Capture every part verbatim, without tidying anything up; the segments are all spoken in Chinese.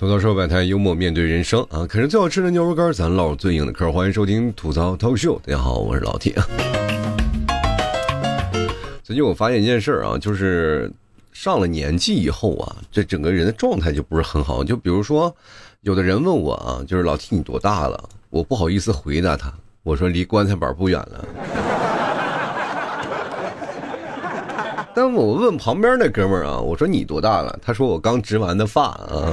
吐槽社会百态，幽默面对人生啊！啃着最好吃的牛肉干，咱唠最硬的嗑。欢迎收听吐槽 talk show。大家好，我是老铁。最近我发现一件事啊，就是上了年纪以后啊，这整个人的状态就不是很好。就比如说，有的人问我啊，就是老 T 你多大了？我不好意思回答他，我说离棺材板不远了。但我问旁边那哥们儿啊，我说你多大了？他说我刚植完的发啊。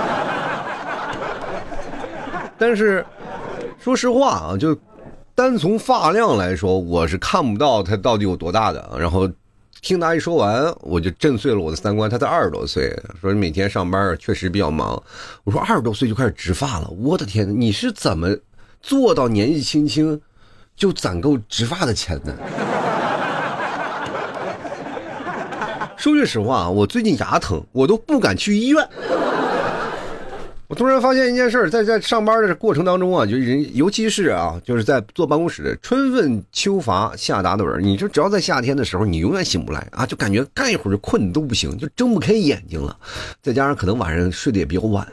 但是说实话啊，就单从发量来说，我是看不到他到底有多大的。然后听他一说完，我就震碎了我的三观。他才二十多岁，说每天上班确实比较忙。我说二十多岁就开始植发了，我的天，你是怎么做到年纪轻轻就攒够植发的钱呢？说句实话，我最近牙疼，我都不敢去医院。我突然发现一件事，在在上班的过程当中啊，就人尤其是啊，就是在坐办公室，春分秋乏夏打盹，你就只要在夏天的时候，你永远醒不来啊，就感觉干一会儿就困都不行，就睁不开眼睛了。再加上可能晚上睡得也比较晚，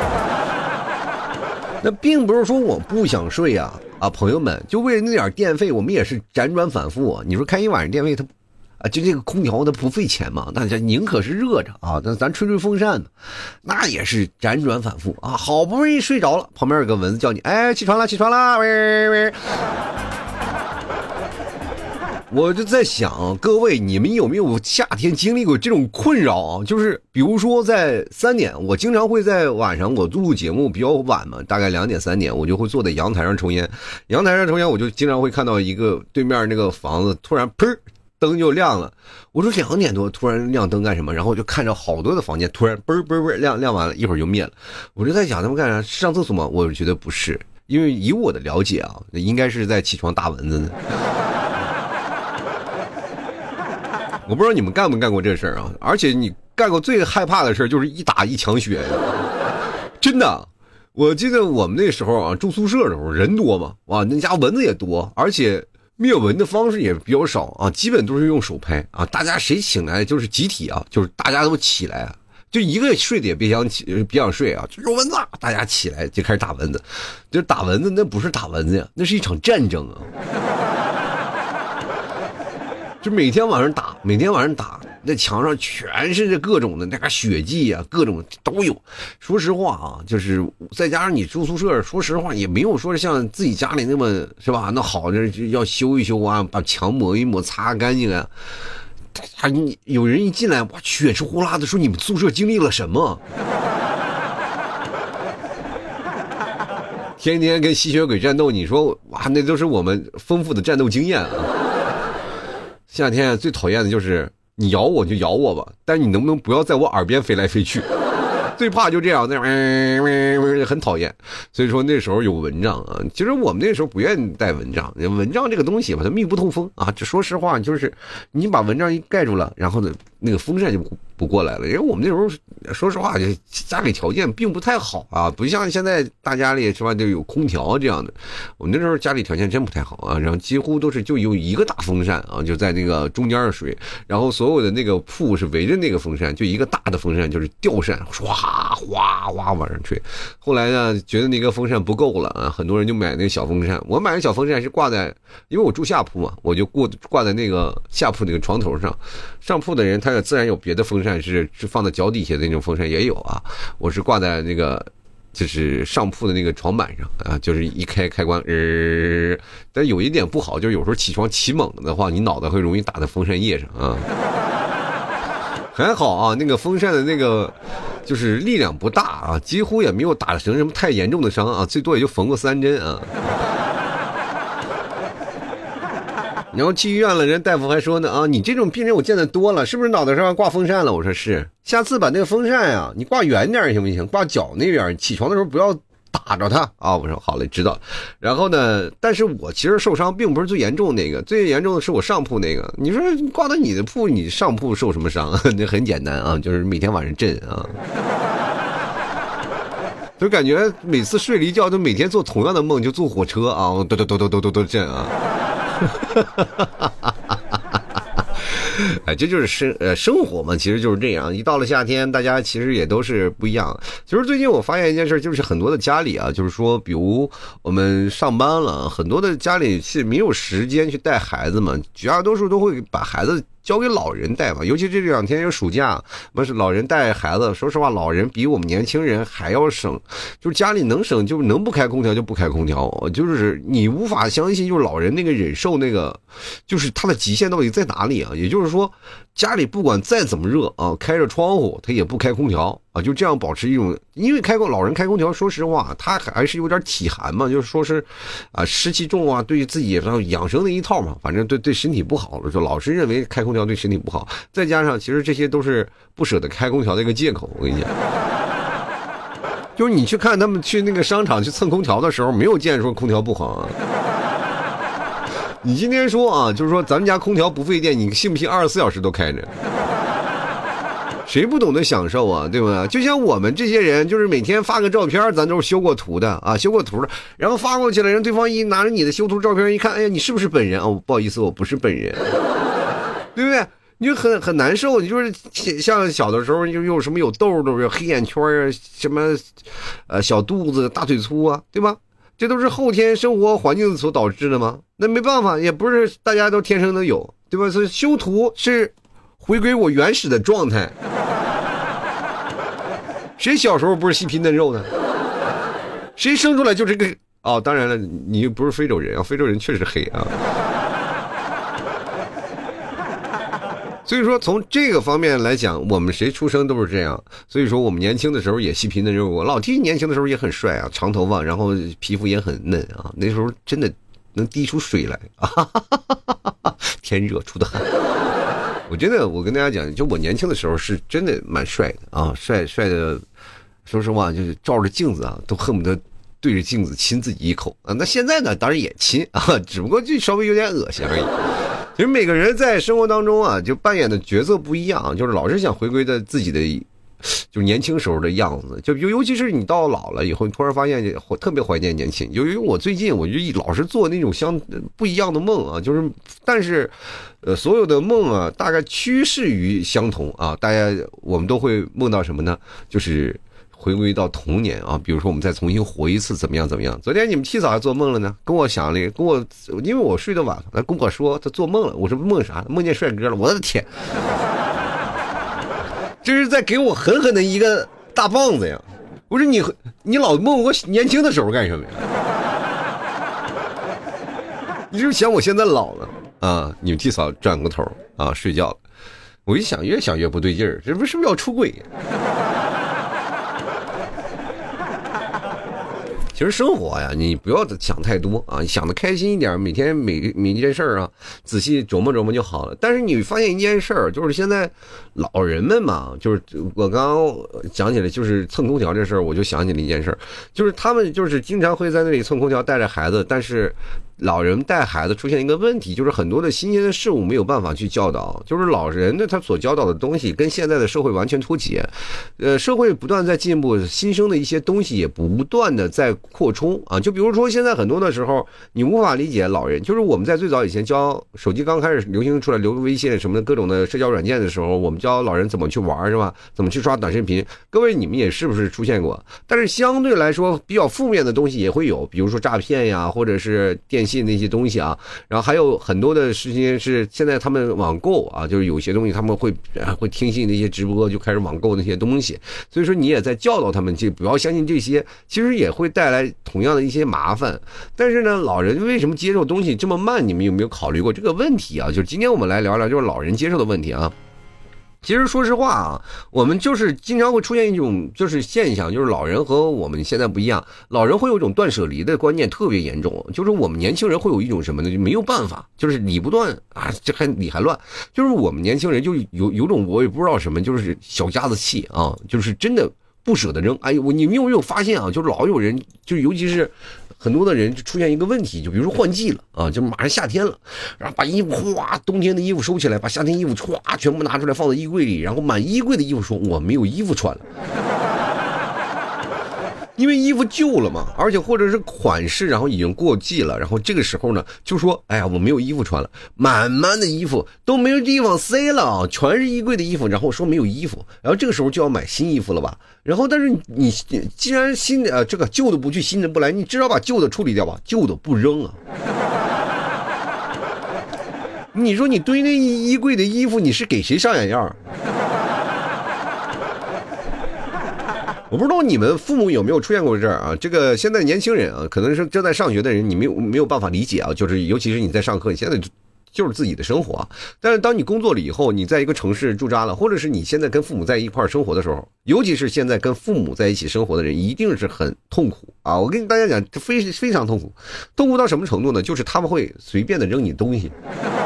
那并不是说我不想睡啊啊，朋友们，就为了那点电费，我们也是辗转反复啊。你说开一晚上电费，它。啊，就这个空调它不费钱嘛，那宁可是热着啊，那咱吹吹风扇呢，那也是辗转反复啊，好不容易睡着了，旁边有个蚊子叫你，哎，起床了，起床了，喂喂。我就在想，各位你们有没有夏天经历过这种困扰啊？就是比如说在三点，我经常会在晚上我录节目比较晚嘛，大概两点三点，我就会坐在阳台上抽烟，阳台上抽烟，我就经常会看到一个对面那个房子突然砰。灯就亮了，我说两点多突然亮灯干什么？然后我就看着好多的房间突然嘣嘣嘣亮亮完了，一会儿就灭了。我就在想他们干啥？上厕所吗？我觉得不是，因为以我的了解啊，应该是在起床打蚊子呢。我不知道你们干没干过这事儿啊？而且你干过最害怕的事就是一打一抢血，真的。我记得我们那时候啊，住宿舍的时候人多嘛，哇，那家蚊子也多，而且。灭蚊的方式也比较少啊，基本都是用手拍啊。大家谁醒来就是集体啊，就是大家都起来啊，就一个睡的也别想起，别想睡啊，就有蚊子，大家起来就开始打蚊子。就打蚊子，那不是打蚊子呀，那是一场战争啊。就每天晚上打，每天晚上打，那墙上全是这各种的那个血迹啊，各种都有。说实话啊，就是再加上你住宿舍，说实话也没有说像自己家里那么是吧？那好的要修一修啊，把墙抹一抹，擦干净啊。还你有人一进来，哇，血吃呼啦的说你们宿舍经历了什么？天天跟吸血鬼战斗，你说哇，那都是我们丰富的战斗经验啊。夏天最讨厌的就是你咬我就咬我吧，但是你能不能不要在我耳边飞来飞去？最怕就这样，那很讨厌。所以说那时候有蚊帐啊，其实我们那时候不愿意带蚊帐，蚊帐这个东西吧，它密不透风啊。这说实话，就是你把蚊帐一盖住了，然后呢，那个风扇就不不过来了。因为我们那时候说实话，就家里条件并不太好啊，不像现在大家里是吧，就有空调这样的。我们那时候家里条件真不太好啊，然后几乎都是就有一个大风扇啊，就在那个中间的水，然后所有的那个铺是围着那个风扇，就一个大的风扇，就是吊扇，唰。哗哗往上吹，后来呢，觉得那个风扇不够了啊，很多人就买那个小风扇。我买的小风扇是挂在，因为我住下铺嘛，我就挂挂在那个下铺那个床头上。上铺的人他自然有别的风扇是是放在脚底下的那种风扇也有啊，我是挂在那个就是上铺的那个床板上啊，就是一开开关，呃，但有一点不好，就是有时候起床起猛的话，你脑袋会容易打在风扇叶上啊。还好啊，那个风扇的那个就是力量不大啊，几乎也没有打成什么太严重的伤啊，最多也就缝过三针啊。然后去医院了，人大夫还说呢啊，你这种病人我见得多了，是不是脑袋上挂风扇了？我说是，下次把那个风扇呀，你挂远点行不行？挂脚那边，起床的时候不要打着它啊。我说好嘞，知道。然后呢，但是我其实受伤并不是最严重的那个，最严重的是我上铺那个。你说挂到你的铺，你上铺受什么伤？那很简单啊，就是每天晚上震啊。就感觉每次睡了一觉，就每天做同样的梦，就坐火车啊，嘟嘟嘟嘟嘟嘟嘟震啊。 哎，这就是生呃生活嘛，其实就是这样。一到了夏天，大家其实也都是不一样。其实最近我发现一件事，就是很多的家里啊，就是说，比如我们上班了，很多的家里是没有时间去带孩子嘛，绝大多数都会把孩子交给老人带嘛，尤其这两天有暑假，不是老人带孩子。说实话，老人比我们年轻人还要省，就是家里能省，就能不开空调就不开空调，就是你无法相信，就是老人那个忍受那个，就是他的极限到底在哪里啊？也就是说，家里不管再怎么热啊，开着窗户他也不开空调啊，就这样保持一种，因为开空老人开空调，说实话，他还是有点体寒嘛，就是说是啊湿气重啊，对于自己也是养生的一套嘛，反正对对身体不好了，就老是认为开空调对身体不好，再加上其实这些都是不舍得开空调的一个借口。我跟你讲，就是你去看他们去那个商场去蹭空调的时候，没有见说空调不好啊。你今天说啊，就是说咱们家空调不费电，你信不信二十四小时都开着？谁不懂得享受啊，对吧？就像我们这些人，就是每天发个照片，咱都是修过图的啊，修过图的，然后发过去了，人对方一拿着你的修图照片一看，哎呀，你是不是本人啊？哦，不好意思，我不是本人，对不对？你就很很难受，你就是像小的时候就有什么有痘痘、有黑眼圈啊，什么呃小肚子、大腿粗啊，对吧？这都是后天生活环境所导致的吗？那没办法，也不是大家都天生的有，对吧？所以修图是回归我原始的状态。谁小时候不是细皮嫩肉呢？谁生出来就这个？哦，当然了，你又不是非洲人啊，非洲人确实黑啊。所以说从这个方面来讲，我们谁出生都是这样。所以说我们年轻的时候也细皮嫩肉，我老 T 年轻的时候也很帅啊，长头发，然后皮肤也很嫩啊，那时候真的能滴出水来啊，天热出的汗。我真的，我跟大家讲，就我年轻的时候是真的蛮帅的啊，帅帅的，说实话就是照着镜子啊，都恨不得对着镜子亲自己一口啊。那现在呢，当然也亲啊，只不过就稍微有点恶心而已。其实每个人在生活当中啊，就扮演的角色不一样，就是老是想回归的自己的，就是年轻时候的样子。就尤其是你到老了以后，你突然发现我特别怀念年轻。由于我最近我就老是做那种相不一样的梦啊，就是但是，呃，所有的梦啊，大概趋势于相同啊。大家我们都会梦到什么呢？就是回归到童年啊，比如说我们再重新活一次，怎么样怎么样？昨天你们七嫂还做梦了呢，跟我想了，跟我因为我睡得晚，他跟我说他做梦了，我说梦啥？梦见帅哥了，我的天！这是在给我狠狠的一个大棒子呀！我说你你老梦我年轻的时候干什么呀？你是不是想我现在老了啊？你们七嫂转过头啊睡觉了，我一想越想越不对劲儿，这不是不是要出轨呀？其实生活呀，你不要想太多啊，想的开心一点，每天每每一件事儿啊，仔细琢磨琢磨就好了。但是你发现一件事儿，就是现在老人们嘛，就是我刚刚讲起来，就是蹭空调这事儿，我就想起了一件事儿，就是他们就是经常会在那里蹭空调，带着孩子，但是老人带孩子出现一个问题，就是很多的新鲜的事物没有办法去教导，就是老人的他所教导的东西跟现在的社会完全脱节，呃，社会不断在进步，新生的一些东西也不断的在扩充啊。就比如说现在很多的时候，你无法理解老人，就是我们在最早以前教手机刚开始流行出来，留微信什么的各种的社交软件的时候，我们教老人怎么去玩是吧？怎么去刷短视频？各位你们也是不是出现过？但是相对来说比较负面的东西也会有，比如说诈骗呀，或者是电信那些东西啊，然后还有很多的事情是现在他们网购啊，就是有些东西他们会会听信那些直播就开始网购那些东西，所以说你也在教导他们就不要相信这些，其实也会带来同样的一些麻烦。但是呢，老人为什么接受东西这么慢？你们有没有考虑过这个问题啊？就是今天我们来聊聊就是老人接受的问题啊。其实说实话啊，我们就是经常会出现一种就是现象，就是老人和我们现在不一样，老人会有一种断舍离的观念特别严重，就是我们年轻人会有一种什么呢？就没有办法，就是理不断啊，这还理还乱，就是我们年轻人就有有种我也不知道什么，就是小家子气啊，就是真的不舍得扔。哎，我你们有没有发现啊？就是老有人，就尤其是很多的人就出现一个问题，就比如说换季了啊，就马上夏天了，然后把衣服哗，冬天的衣服收起来，把夏天衣服唰全部拿出来放在衣柜里，然后满衣柜的衣服说我没有衣服穿了。 因为衣服旧了嘛，而且或者是款式然后已经过季了，然后这个时候呢就说哎呀我没有衣服穿了，满满的衣服都没有地方塞了啊，全是衣柜的衣服，然后说没有衣服，然后这个时候就要买新衣服了吧，然后但是你既然新的、呃、这个旧的不去新的不来，你至少把旧的处理掉吧，旧的不扔啊。你说你堆那衣柜的衣服你是给谁上眼药？我不知道你们父母有没有出现过这儿啊？这个现在年轻人啊，可能是正在上学的人，你没有没有办法理解啊。就是尤其是你在上课，你现在就是自己的生活啊。但是当你工作了以后，你在一个城市驻扎了，或者是你现在跟父母在一块生活的时候，尤其是现在跟父母在一起生活的人，一定是很痛苦啊！我跟大家讲，非非常痛苦，痛苦到什么程度呢？就是他们会随便的扔你东西，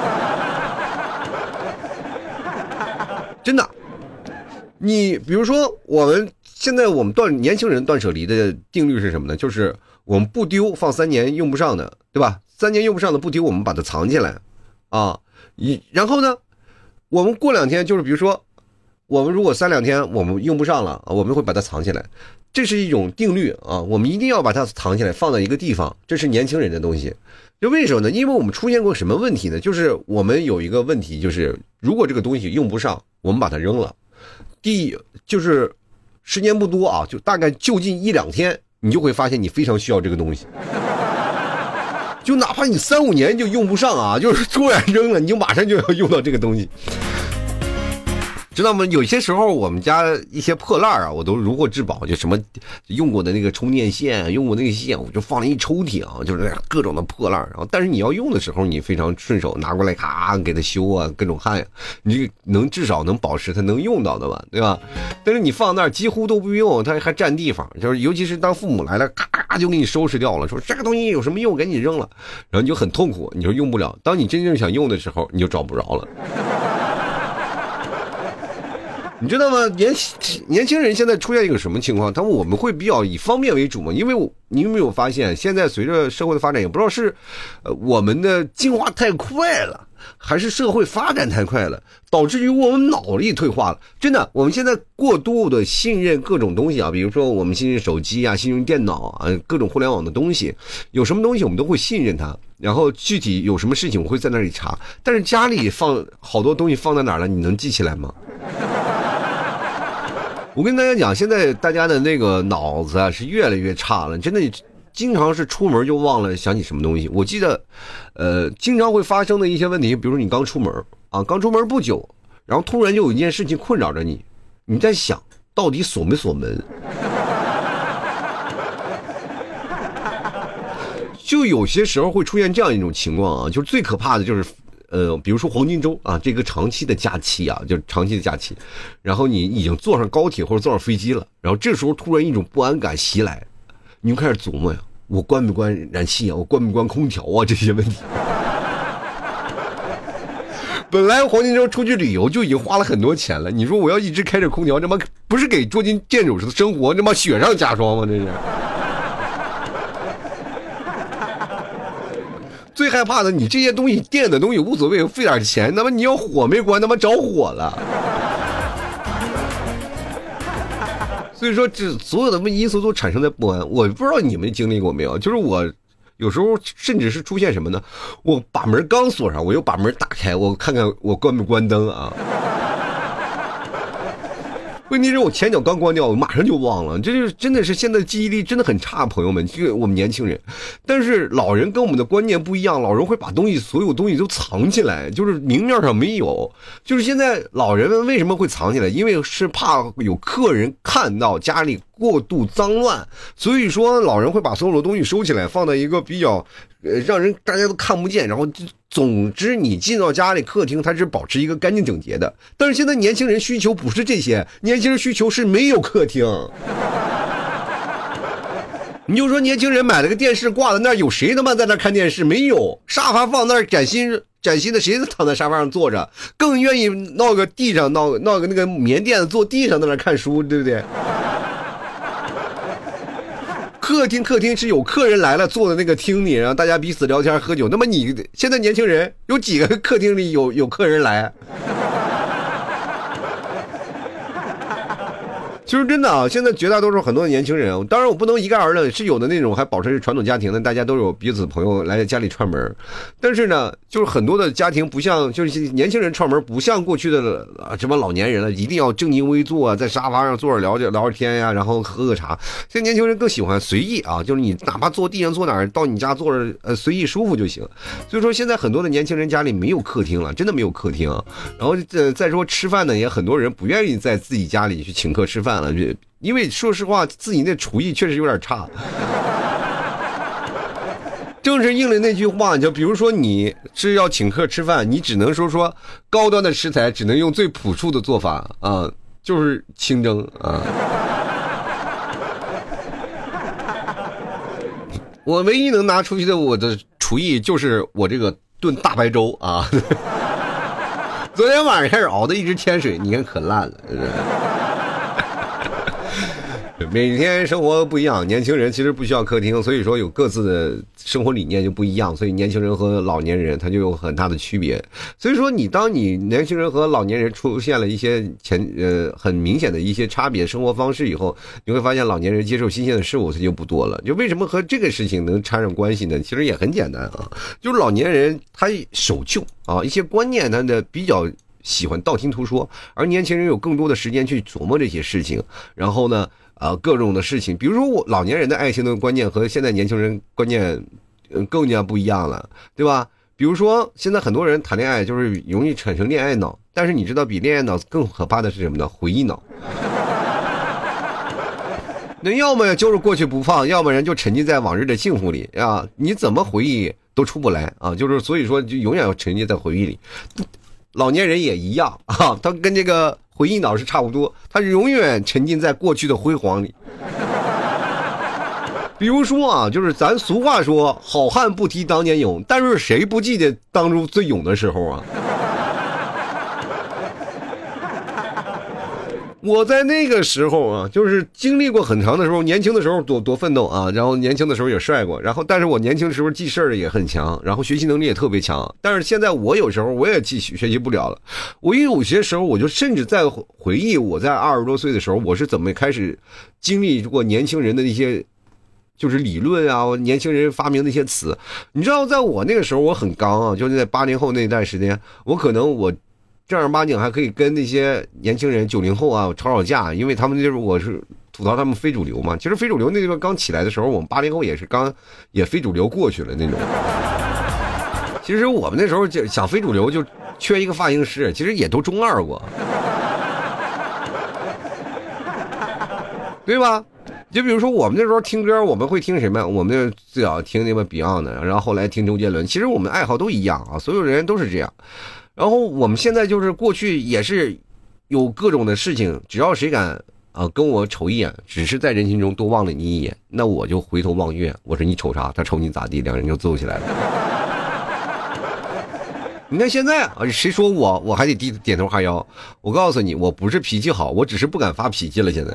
真的。你比如说我们。现在我们断年轻人断舍离的定律是什么呢？就是我们不丢，放三年用不上的，对吧？三年用不上的不丢，我们把它藏起来啊。然后呢，我们过两天，就是比如说，我们如果三两天我们用不上了，我们会把它藏起来，这是一种定律啊。我们一定要把它藏起来，放到一个地方，这是年轻人的东西。就为什么呢？因为我们出现过什么问题呢？就是我们有一个问题，就是如果这个东西用不上，我们把它扔了。第就是。时间不多啊，就大概就近一两天，你就会发现你非常需要这个东西。就哪怕你三五年就用不上啊，就是突然扔了，你就马上就要用到这个东西。知道吗？有些时候我们家一些破烂啊，我都如获至宝，就什么用过的那个充电线，用过那个线，我就放了一抽屉啊，就是各种的破烂。然后，但是你要用的时候，你非常顺手拿过来，咔给它修啊，各种焊呀，你能至少能保持它能用到的吧，对吧？但是你放那儿几乎都不用，它还占地方，就是尤其是当父母来了，咔咔就给你收拾掉了，说这个东西有什么用，给你扔了，然后你就很痛苦，你说用不了。当你真正想用的时候，你就找不着了。你知道吗？年年轻人现在出现一个什么情况？他们我们会比较以方便为主嘛？因为我你有没有发现，现在随着社会的发展，也不知道是呃我们的进化太快了，还是社会发展太快了，导致于我们脑力退化了。真的，我们现在过度的信任各种东西啊，比如说我们信任手机啊，信任电脑啊，各种互联网的东西，有什么东西我们都会信任它。然后具体有什么事情我会在那里查，但是家里放好多东西放在哪儿了，你能记起来吗？我跟大家讲，现在大家的那个脑子啊是越来越差了，真的经常是出门就忘了想起什么东西。我记得呃经常会发生的一些问题，比如说你刚出门啊，刚出门不久，然后突然就有一件事情困扰着你，你在想到底锁没锁门。就有些时候会出现这样一种情况啊，就是最可怕的就是呃，比如说黄金周啊，这个长期的假期啊，就是长期的假期，然后你已经坐上高铁或者坐上飞机了，然后这时候突然一种不安感袭来，你就开始琢磨呀，我关没关燃气啊，我关没关空调啊，这些问题。本来黄金周出去旅游就已经花了很多钱了，你说我要一直开着空调，这妈不是给捉襟见肘的生活，这妈雪上加霜吗？这是。最害怕的，你这些东西电的东西无所谓，费点钱，那么你要火没关，他妈着火了。所以说，这所有的因素都产生在不安。我不知道你们经历过没有，就是我有时候甚至是出现什么呢？我把门刚锁上，我又把门打开，我看看我关没关灯啊。问题是我前脚刚关掉，我马上就忘了，这就是真的是现在记忆力真的很差，朋友们，这个我们年轻人，但是老人跟我们的观念不一样，老人会把东西所有东西都藏起来，就是明面上没有，就是现在老人们为什么会藏起来？因为是怕有客人看到家里过度脏乱，所以说老人会把所有的东西收起来，放在一个比较呃让人大家都看不见，然后总之你进到家里客厅它是保持一个干净整洁的。但是现在年轻人需求不是这些，年轻人需求是没有客厅。你就说年轻人买了个电视挂在那儿，有谁他妈在那看电视？没有。沙发放那儿崭新崭新的，谁躺在沙发上坐着？更愿意闹个地上闹闹个那个棉垫子坐地上在那看书，对不对？客厅客厅是有客人来了坐在那个厅里，然后大家彼此聊天喝酒。那么你现在年轻人有几个客厅里有有客人来？ 就是真的啊，现在绝大多数很多的年轻人，当然我不能一概而论，是有的那种还保持传统家庭的，大家都有彼此朋友来家里串门，但是呢，就是很多的家庭不像，就是年轻人串门不像过去的啊什么老年人了，一定要正襟危坐啊，在沙发上坐着聊着聊着天呀、啊，然后喝个茶。现在年轻人更喜欢随意啊，就是你哪怕坐地上坐哪儿，到你家坐着呃随意舒服就行。所以说现在很多的年轻人家里没有客厅了，真的没有客厅。然后呃再说吃饭呢，也很多人不愿意在自己家里去请客吃饭了，因为说实话自己那厨艺确实有点差。正是应了那句话，就比如说你是要请客吃饭，你只能说说高端的食材只能用最朴素的做法啊，就是清蒸啊。我唯一能拿出去的我的厨艺就是我这个炖大白粥啊。昨天晚上开始熬的一只天水，你看可烂了。每天生活不一样，年轻人其实不需要客厅，所以说有各自的生活理念就不一样，所以年轻人和老年人他就有很大的区别。所以说你当你年轻人和老年人出现了一些前呃很明显的一些差别生活方式以后，你会发现老年人接受新鲜的事物他就不多了。就为什么和这个事情能产生关系呢？其实也很简单啊，就是老年人他守旧啊，一些观念他的比较喜欢道听途说，而年轻人有更多的时间去琢磨这些事情，然后呢啊，各种的事情，比如说我老年人的爱情的观念和现在年轻人观念，嗯，更加不一样了，对吧？比如说现在很多人谈恋爱就是容易产生恋爱脑，但是你知道比恋爱脑更可怕的是什么呢？回忆脑。那要么就是过去不放，要么人就沉浸在往日的幸福里啊，你怎么回忆都出不来啊，就是所以说就永远要沉浸在回忆里。老年人也一样啊，他跟这个回忆脑是差不多，他永远沉浸在过去的辉煌里。比如说啊，就是咱俗话说好汉不提当年勇，但是谁不记得当初最勇的时候啊？我在那个时候啊，就是经历过很长的时候，年轻的时候多多奋斗啊，然后年轻的时候也帅过，然后但是我年轻的时候记事儿也很强，然后学习能力也特别强，但是现在我有时候我也记学习不了了，我有些时候我就甚至在回忆我在二十多岁的时候，我是怎么开始经历过年轻人的一些就是理论啊，年轻人发明的一些词，你知道，在我那个时候我很刚啊，就是在八零后那段时间，我可能我。正儿八经还可以跟那些年轻人九零后啊吵吵架，因为他们就是我是吐槽他们非主流嘛。其实非主流那地方刚起来的时候，我们八零后也是刚也非主流过去了那种。其实我们那时候就想非主流就缺一个发型师，其实也都中二过，对吧？就比如说我们那时候听歌，我们会听什么？我们最早听那个 Beyond 的，然后后来听周杰伦。其实我们爱好都一样啊，所有人都是这样。然后我们现在就是过去也是有各种的事情，只要谁敢啊跟我瞅一眼，只是在人群中多望了你一眼，那我就回头望月，我说你瞅啥？他瞅你咋地？两人就揍起来了。你看现在啊，谁说我我还得低点头哈腰？我告诉你，我不是脾气好，我只是不敢发脾气了。现在。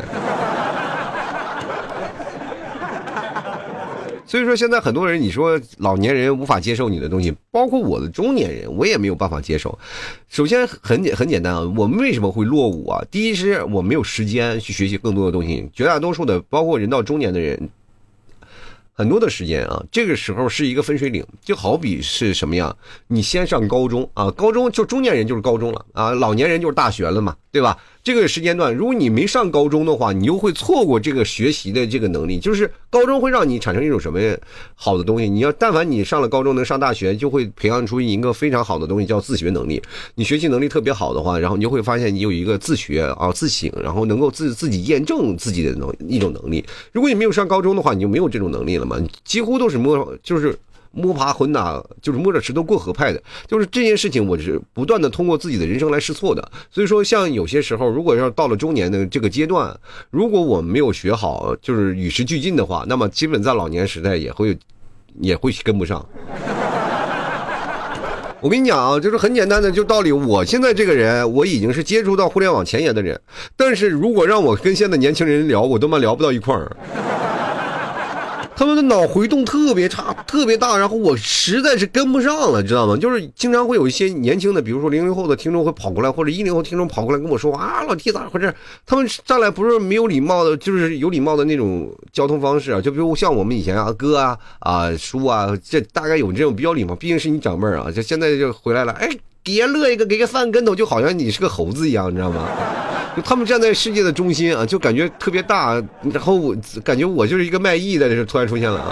所以说现在很多人你说老年人无法接受你的东西，包括我的中年人我也没有办法接受。首先很简很简单啊，我们为什么会落伍啊？第一是我没有时间去学习更多的东西，绝大多数的包括人到中年的人很多的时间啊，这个时候是一个分水岭，就好比是什么样，你先上高中啊，高中就中年人就是高中了啊，老年人就是大学了嘛，对吧？这个时间段如果你没上高中的话，你又会错过这个学习的这个能力，就是高中会让你产生一种什么好的东西，你要但凡你上了高中能上大学，就会培养出一个非常好的东西叫自学能力。你学习能力特别好的话，然后你就会发现你有一个自学啊自省，然后能够自自己验证自己的能一种能力。如果你没有上高中的话，你就没有这种能力了嘛，几乎都是摸就是摸爬滚打，就是摸着石头过河派的，就是这件事情我是不断的通过自己的人生来试错的。所以说像有些时候如果要到了中年的这个阶段，如果我们没有学好就是与时俱进的话，那么基本在老年时代也会也会跟不上。我跟你讲啊，就是很简单的就道理，我现在这个人我已经是接触到互联网前沿的人，但是如果让我跟现在年轻人聊，我他妈聊不到一块儿。 他们的脑回动特别差，特别大，然后我实在是跟不上了，知道吗？就是经常会有一些年轻的，比如说零零后的听众会跑过来，或者一零后听众跑过来跟我说啊，老 T 咋回事？他们上来不是没有礼貌的，就是有礼貌的那种交通方式啊，就比如像我们以前啊，哥啊啊叔啊，这大概有这种比较礼貌，毕竟是你长辈啊，就现在就回来了，哎，别乐一个，给个翻跟头，就好像你是个猴子一样，你知道吗？就他们站在世界的中心啊，就感觉特别大，然后我感觉我就是一个卖艺的，这突然出现了啊。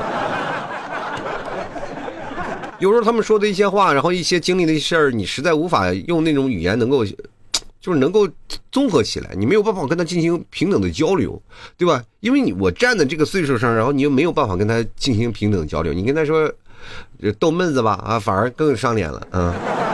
有时候他们说的一些话，然后一些经历的一些事儿，你实在无法用那种语言能够，就是能够综合起来，你没有办法跟他进行平等的交流，对吧？因为你我站在这个岁数上，然后你又没有办法跟他进行平等交流，你跟他说逗闷子吧，啊，反而更伤脸了，啊。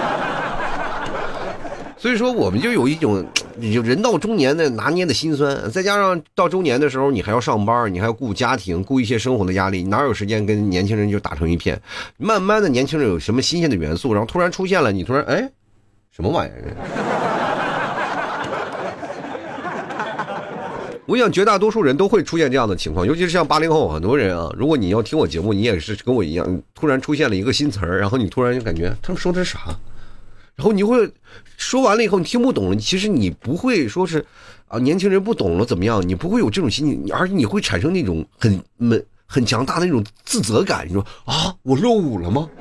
所以说我们就有一种人到中年的拿捏的心酸，再加上到中年的时候你还要上班，你还要顾家庭，顾一些生活的压力，哪有时间跟年轻人就打成一片？慢慢的年轻人有什么新鲜的元素，然后突然出现了，你突然哎什么玩意儿？我想绝大多数人都会出现这样的情况，尤其是像八零后很多人啊，如果你要听我节目，你也是跟我一样，突然出现了一个新词儿，然后你突然就感觉他们说的是啥？然后你会说完了以后你听不懂了，其实你不会说是啊年轻人不懂了怎么样，你不会有这种心情，而且你会产生那种很很很强大的那种自责感，你说啊我落伍了吗？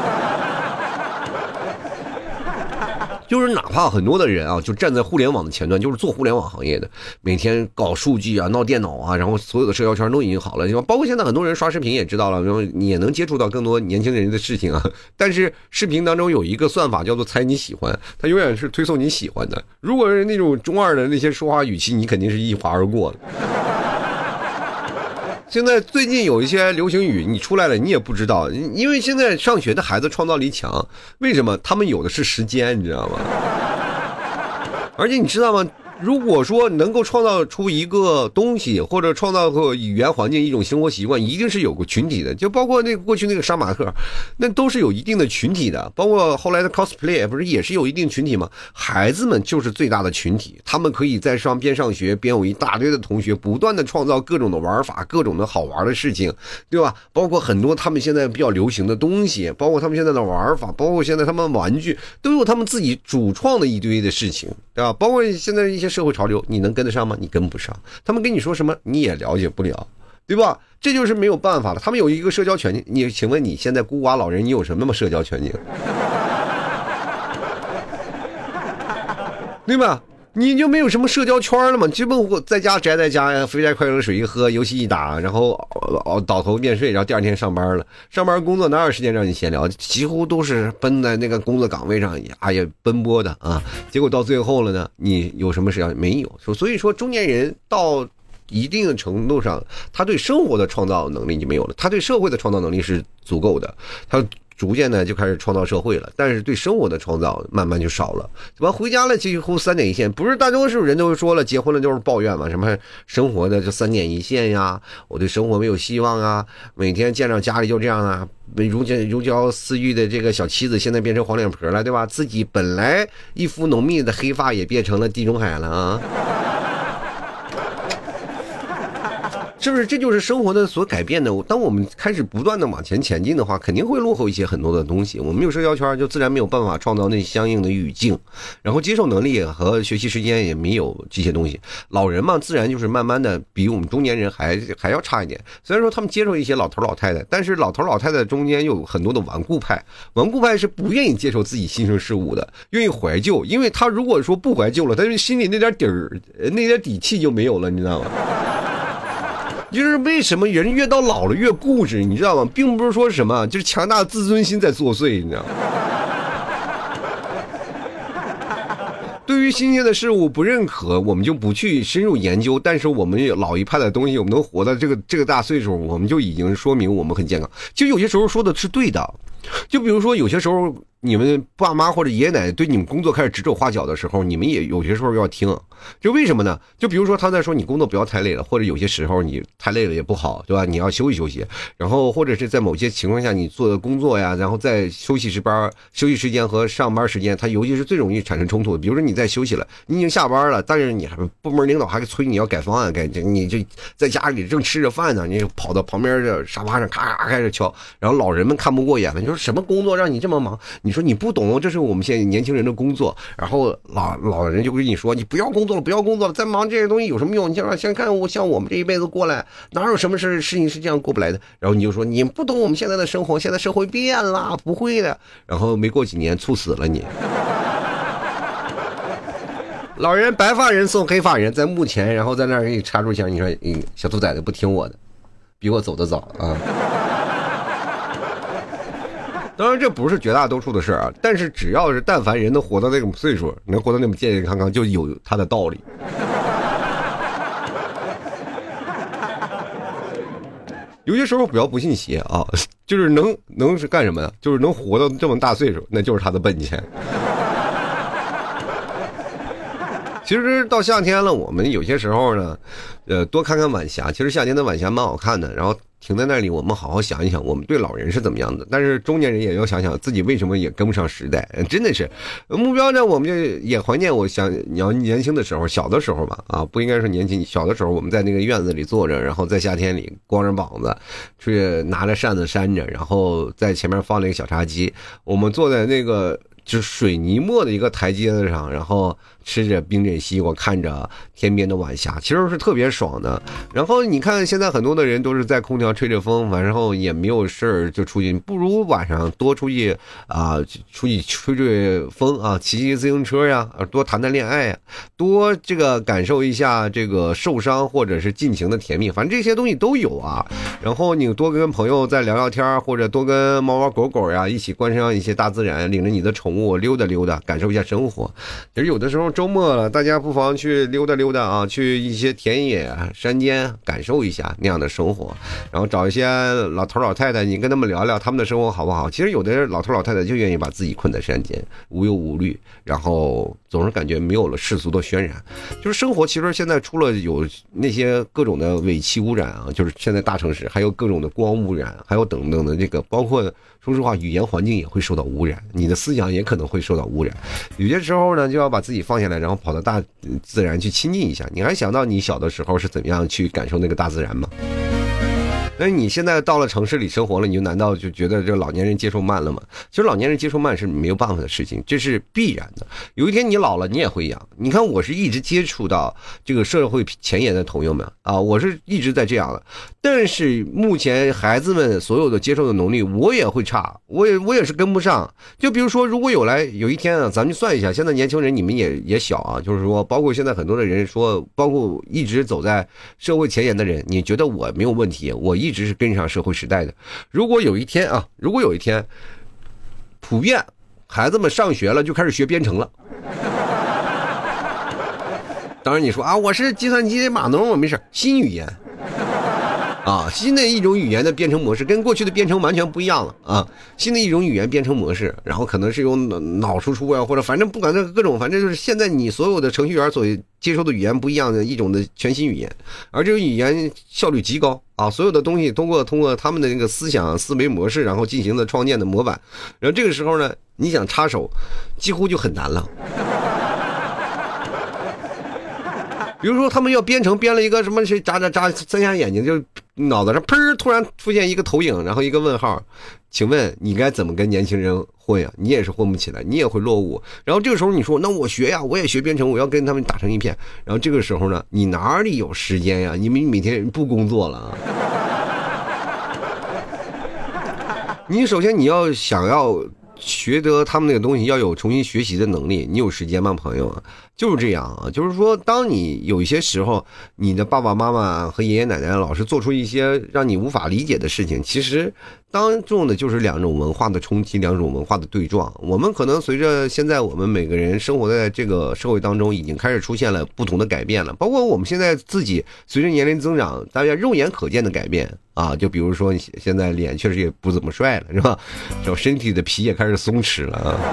就是哪怕很多的人啊，就站在互联网的前端，就是做互联网行业的，每天搞数据啊，闹电脑啊，然后所有的社交圈都已经好了，包括现在很多人刷视频也知道了，然后你也能接触到更多年轻人的事情啊。但是视频当中有一个算法叫做猜你喜欢，它永远是推送你喜欢的。如果是那种中二的那些说话语气，你肯定是一划而过的。现在最近有一些流行语你出来了你也不知道，因为现在上学的孩子创造力强，为什么？他们有的是时间，你知道吗？而且你知道吗？如果说能够创造出一个东西，或者创造个语言环境，一种生活习惯，一定是有个群体的。就包括那个过去那个杀马特，那都是有一定的群体的。包括后来的 cosplay 不是也是有一定群体吗？孩子们就是最大的群体，他们可以在上边上学边有一大堆的同学，不断的创造各种的玩法，各种的好玩的事情，对吧？包括很多他们现在比较流行的东西，包括他们现在的玩法，包括现在他们玩具，都有他们自己主创的一堆的事情，对吧？包括现在一些社会潮流，你能跟得上吗？你跟不上。他们跟你说什么你也了解不了，对吧？这就是没有办法了。他们有一个社交圈境，你请问你现在孤寡老人你有什么社交圈境？对吧？你就没有什么社交圈了吗？基本在家宅在家呀，肥宅快乐水一喝，游戏一打，然后熬倒头便睡，然后第二天上班了。上班工作哪有时间让你闲聊？几乎都是奔在那个工作岗位上，哎呀奔波的啊。结果到最后了呢，你有什么社交？没有。所以说中年人到一定的程度上，他对生活的创造能力就没有了，他对社会的创造能力是足够的，他逐渐呢就开始创造社会了，但是对生活的创造慢慢就少了。怎么回家了几乎三点一线？不是大多数人都说了，结婚了就是抱怨嘛，什么生活的就三点一线呀，我对生活没有希望啊，每天见着家里就这样啊，如胶如胶似玉的这个小妻子现在变成黄脸婆了，对吧？自己本来一副浓密的黑发也变成了地中海了啊。是不是这就是生活的所改变的？当我们开始不断的往前前进的话，肯定会落后一些很多的东西。我们没有社交圈，就自然没有办法创造那相应的语境，然后接受能力和学习时间也没有这些东西。老人嘛，自然就是慢慢的比我们中年人还还要差一点。虽然说他们接受一些老头老太太，但是老头老太太中间又有很多的顽固派，顽固派是不愿意接受自己新生事物的，愿意怀旧，因为他如果说不怀旧了，他就心里那点底儿那点底气就没有了，你知道吗？就是为什么人越到老了越固执，你知道吗？并不是说什么，就是强大的自尊心在作祟，你知道吗？对于新鲜的事物不认可，我们就不去深入研究。但是我们老一派的东西，我们能活到这个这个大岁数，我们就已经说明我们很健康。其实有些时候说的是对的，就比如说有些时候你们爸妈或者爷爷奶奶对你们工作开始指手画脚的时候，你们也有些时候要听。就为什么呢？就比如说他在说你工作不要太累了，或者有些时候你太累了也不好，对吧？你要休息休息。然后或者是在某些情况下你做的工作呀，然后在休息时班、休息时间和上班时间，它尤其是最容易产生冲突的。比如说你在休息了，你已经下班了，但是你还部门领导还催你要改方案，改你就在家里正吃着饭呢，你跑到旁边的沙发上咔咔开始敲，然后老人们看不过眼了，你说什么工作让你这么忙？你说你不懂，这是我们现在年轻人的工作。然后老老人就跟你说，你不要工作了，不要工作了，再忙这些东西有什么用？你想想看，我像我们这一辈子过来，哪有什么事事情是这样过不来的？然后你就说你不懂我们现在的生活，现在社会变了，不会的。然后没过几年猝死了你。老人白发人送黑发人，在墓前，然后在那儿给你插柱枪，你说，嗯，小兔崽子不听我的，比我走得早啊。当然这不是绝大多数的事啊，但是只要是但凡人能活到那种岁数，能活到那么健健康康，就有他的道理。有些时候不要不信邪啊，就是能能是干什么呀？就是能活到这么大岁数，那就是他的本钱。其实到夏天了，我们有些时候呢，呃，多看看晚霞。其实夏天的晚霞蛮好看的，然后停在那里，我们好好想一想，我们对老人是怎么样的。但是中年人也要想想自己为什么也跟不上时代，真的是目标呢。我们就也怀念，我想你要年轻的时候，小的时候吧，啊，不应该说年轻，小的时候我们在那个院子里坐着，然后在夏天里光着膀子，去拿着扇子扇着，然后在前面放了一个小茶几，我们坐在那个就是水泥磨的一个台阶子上，然后吃着冰镇西瓜，看着天边的晚霞，其实是特别爽的。然后你看现在很多的人都是在空调吹着风，完然后也没有事儿就出去，不如晚上多出去啊、呃，出去吹吹风啊，骑骑自行车呀，多谈谈恋爱呀，多这个感受一下这个受伤或者是尽情的甜蜜，反正这些东西都有啊。然后你多跟朋友再聊聊天，或者多跟猫猫狗狗呀一起观赏一些大自然，领着你的宠物溜达溜达，感受一下生活。其实有的时候周末了，大家不妨去溜达溜达啊，去一些田野山间感受一下那样的生活，然后找一些老头老太太，你跟他们聊聊他们的生活好不好。其实有的老头老太太就愿意把自己困在山间，无忧无虑，然后总是感觉没有了世俗的渲染。就是生活其实现在除了有那些各种的尾气污染啊，就是现在大城市还有各种的光污染，还有等等的这个，包括说实话语言环境也会受到污染，你的思想也可能会受到污染。有些时候呢就要把自己放下来，然后跑到大自然去亲近一下。你还想到你小的时候是怎么样去感受那个大自然吗？那你现在到了城市里生活了，你就难道就觉得这老年人接受慢了吗？其实老年人接受慢是没有办法的事情，这是必然的。有一天你老了，你也会一样。你看我是一直接触到这个社会前沿的朋友们啊，我是一直在这样的。但是目前孩子们所有的接受的能力，我也会差，我也我也是跟不上。就比如说，如果有来有一天啊，咱们就算一下，现在年轻人你们也也小啊，就是说，包括现在很多的人说，包括一直走在社会前沿的人，你觉得我没有问题，我一直是跟上社会时代的。如果有一天啊，如果有一天，普遍孩子们上学了就开始学编程了。当然你说啊，我是计算机码农，我没事。新语言啊，新的一种语言的编程模式跟过去的编程完全不一样了啊！新的一种语言编程模式，然后可能是用脑输出啊，或者反正不管这各种，反正就是现在你所有的程序员所接收的语言不一样的一种的全新语言，而这种语言效率极高啊！所有的东西通过通过他们的那个思想思维模式，然后进行了创建的模板，然后这个时候呢，你想插手，几乎就很难了。比如说他们要编程编了一个什么谁眨眨眨三下眼睛，就脑子上砰突然出现一个投影，然后一个问号，请问你该怎么跟年轻人混呀？你也是混不起来，你也会落伍。然后这个时候你说那我学呀，我也学编程，我要跟他们打成一片。然后这个时候呢，你哪里有时间呀？你们每天不工作了啊？你首先你要想要学得他们那个东西，要有重新学习的能力，你有时间吗，朋友？ 就是这样啊，就是说，当你有一些时候，你的爸爸妈妈和爷爷奶奶老是做出一些让你无法理解的事情，其实当中的就是两种文化的冲击，两种文化的对撞。我们可能随着现在我们每个人生活在这个社会当中，已经开始出现了不同的改变了，包括我们现在自己随着年龄增长，大家肉眼可见的改变啊，就比如说现在脸确实也不怎么帅了，是吧？然后身体的皮也开始松弛了啊。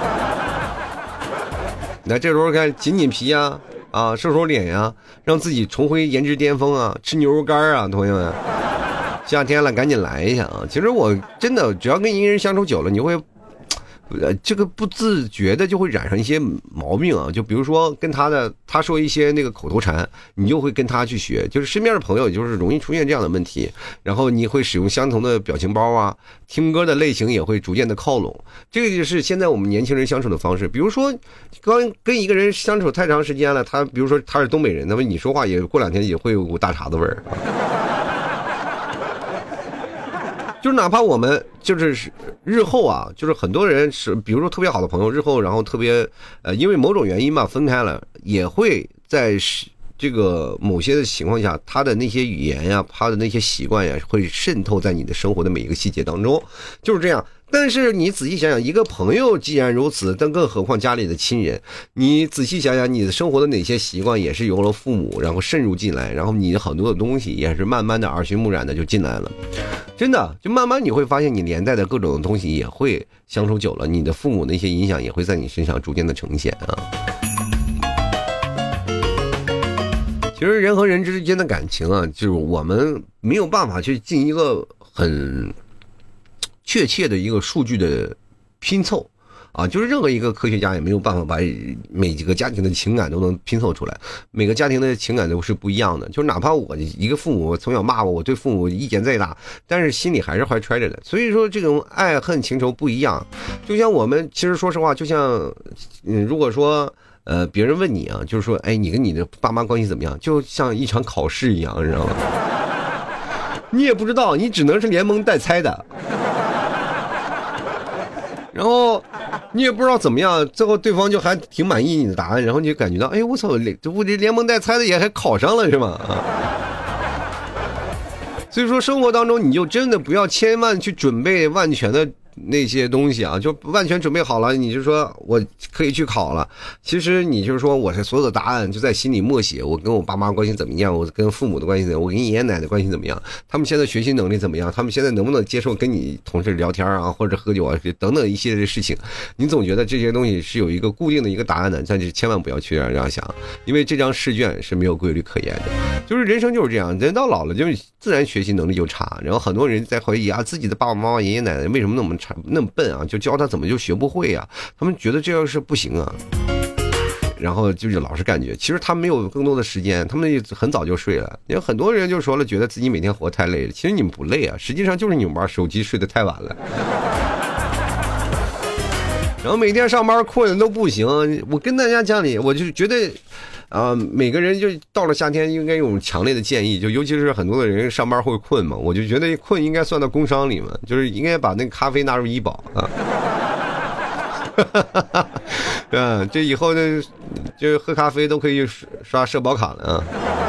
那这时候看紧紧皮呀，啊，瘦瘦脸呀，让自己重回颜值巅峰啊，吃牛肉干啊，同学们，夏天了赶紧来一下啊！其实我真的只要跟一个人相处久了，你会。呃，这个不自觉的就会染上一些毛病啊，就比如说跟他的他说一些那个口头禅，你就会跟他去学，就是身边的朋友就是容易出现这样的问题，然后你会使用相同的表情包啊，听歌的类型也会逐渐的靠拢，这个就是现在我们年轻人相处的方式。比如说刚跟一个人相处太长时间了，他比如说他是东北人，那么你说话也过两天也会有股大碴子味儿。就是哪怕我们就是日后啊，就是很多人是比如说特别好的朋友，日后然后特别呃因为某种原因吧分开了，也会在这个某些的情况下，他的那些语言呀，他的那些习惯呀，会渗透在你的生活的每一个细节当中，就是这样。但是你仔细想想，一个朋友既然如此，但更何况家里的亲人，你仔细想想，你的生活的哪些习惯也是由了父母然后渗入进来，然后你的很多的东西也是慢慢的耳濡目染的就进来了。真的，就慢慢你会发现，你连带的各种东西也会相处久了，你的父母的一些影响也会在你身上逐渐的呈现啊。其实人和人之间的感情啊，就是我们没有办法去进一个很确切的一个数据的拼凑啊，就是任何一个科学家也没有办法把每几个家庭的情感都能拼凑出来，每个家庭的情感都是不一样的。就是哪怕我一个父母从小骂我，我对父母意见再大，但是心里还是怀揣着的。所以说这种爱恨情仇不一样。就像我们其实说实话，就像嗯，如果说呃别人问你啊，就是说哎，你跟你的爸妈关系怎么样，就像一场考试一样，你知道吗？你也不知道，你只能是连蒙带猜的。然后你也不知道怎么样，最后对方就还挺满意你的答案，然后你就感觉到，哎，我操，我这连蒙带猜的也还考上了是吗？所以说生活当中你就真的不要千万去准备万全的那些东西啊，就万全准备好了，你就说我可以去考了。其实你就是说我是所有的答案就在心里默写，我跟我爸妈关系怎么样，我跟父母的关系怎么样，我跟爷爷奶奶的关系怎么样，他们现在学习能力怎么样，他们现在能不能接受跟你同事聊天啊，或者喝酒啊等等一系列的事情。你总觉得这些东西是有一个固定的一个答案的，但是千万不要去这样想，因为这张试卷是没有规律可言的。就是人生就是这样，人到老了就是自然学习能力就差，然后很多人在怀疑啊，自己的爸爸妈妈爷爷奶奶为什么那么差那么笨啊，就教他怎么就学不会啊，他们觉得这样是不行啊，然后就是老是感觉其实他们没有更多的时间，他们很早就睡了。因为很多人就说了，觉得自己每天活太累了，其实你们不累啊，实际上就是你们玩手机睡得太晚了。然后每天上班困的都不行，我跟大家讲理，我就觉得啊、呃，每个人就到了夏天应该有强烈的建议，就尤其是很多的人上班会困嘛，我就觉得困应该算到工伤里嘛，就是应该把那个咖啡纳入医保啊。嗯，这以后呢，就喝咖啡都可以刷社保卡了啊。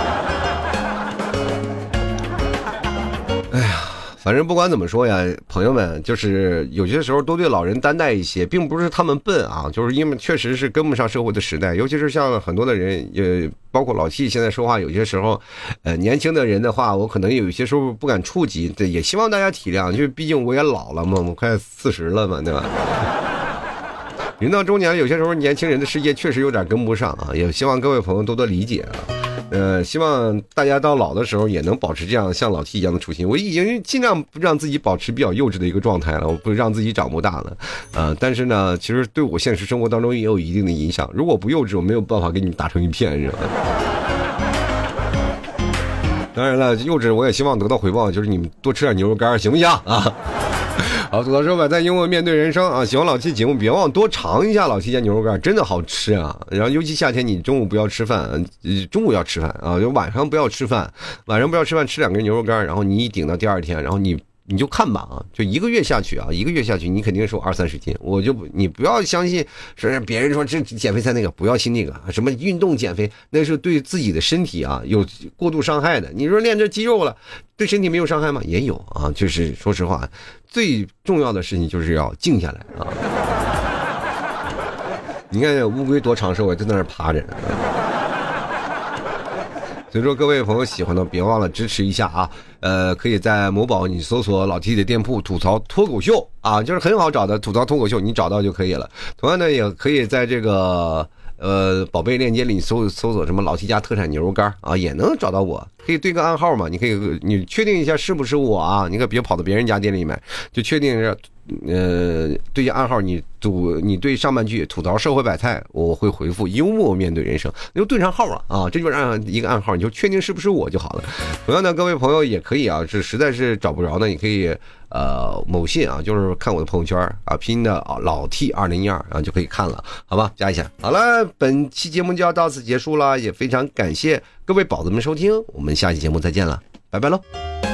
哎呀。反正不管怎么说呀，朋友们，就是有些时候多对老人担待一些，并不是他们笨啊，就是因为确实是跟不上社会的时代，尤其是像很多的人，也包括老 T 现在说话，有些时候，呃，年轻的人的话，我可能有些时候不敢触及，对，也希望大家体谅，就是毕竟我也老了嘛，我快四十了嘛，对吧？人到中年，有些时候年轻人的世界确实有点跟不上啊，也希望各位朋友多多理解啊。呃，希望大家到老的时候也能保持这样像老 T 一样的初心。我已经尽量不让自己保持比较幼稚的一个状态了，我不让自己长不大了，呃，但是呢，其实对我现实生活当中也有一定的影响。如果不幼稚，我没有办法跟你打成一片，是吧？当然了，幼稚我也希望得到回报，就是你们多吃点牛肉干，行不行啊？好，吐槽说吧，在幽默面对人生啊！喜欢老 T 节目，别忘多尝一下老 T 家牛肉干，真的好吃啊！然后尤其夏天，你中午不要吃饭，中午要吃饭啊，就晚上不要吃饭，晚上不要吃饭，吃两根牛肉干，然后你一顶到第二天，然后你你就看吧啊，就一个月下去啊，一个月下去，你肯定瘦二三十斤。我就你不要相信说别人说这减肥才那个，不要信那个什么运动减肥，那是对自己的身体啊有过度伤害的。你说练这肌肉了，对身体没有伤害吗？也有啊。就是说实话，最重要的事情就是要静下来啊。你看乌龟多长寿啊，就在那儿爬着。所以说各位朋友喜欢的别忘了支持一下啊，呃，可以在某宝你搜索老 T 的店铺吐槽脱口秀啊，就是很好找的吐槽脱口秀，你找到就可以了。同样呢，也可以在这个呃宝贝链接里搜搜索什么老 T 家特产牛肉干啊，也能找到我。可以对个暗号嘛，你可以你确定一下是不是我啊？你可别跑到别人家店里买，就确定是呃对暗号你吐你对上半句吐槽社会百态，我会回复幽默面对人生，你就对上号了啊，这就是按一个暗号，你就确定是不是我就好了。同样的，各位朋友也可以啊，是实在是找不着呢，你可以呃某信啊，就是看我的朋友圈啊，拼音的啊老 T 二零一二啊就可以看了，好吧，加一下。好了，本期节目就要到此结束了，也非常感谢各位宝子们收听，我们下期节目再见了，拜拜喽。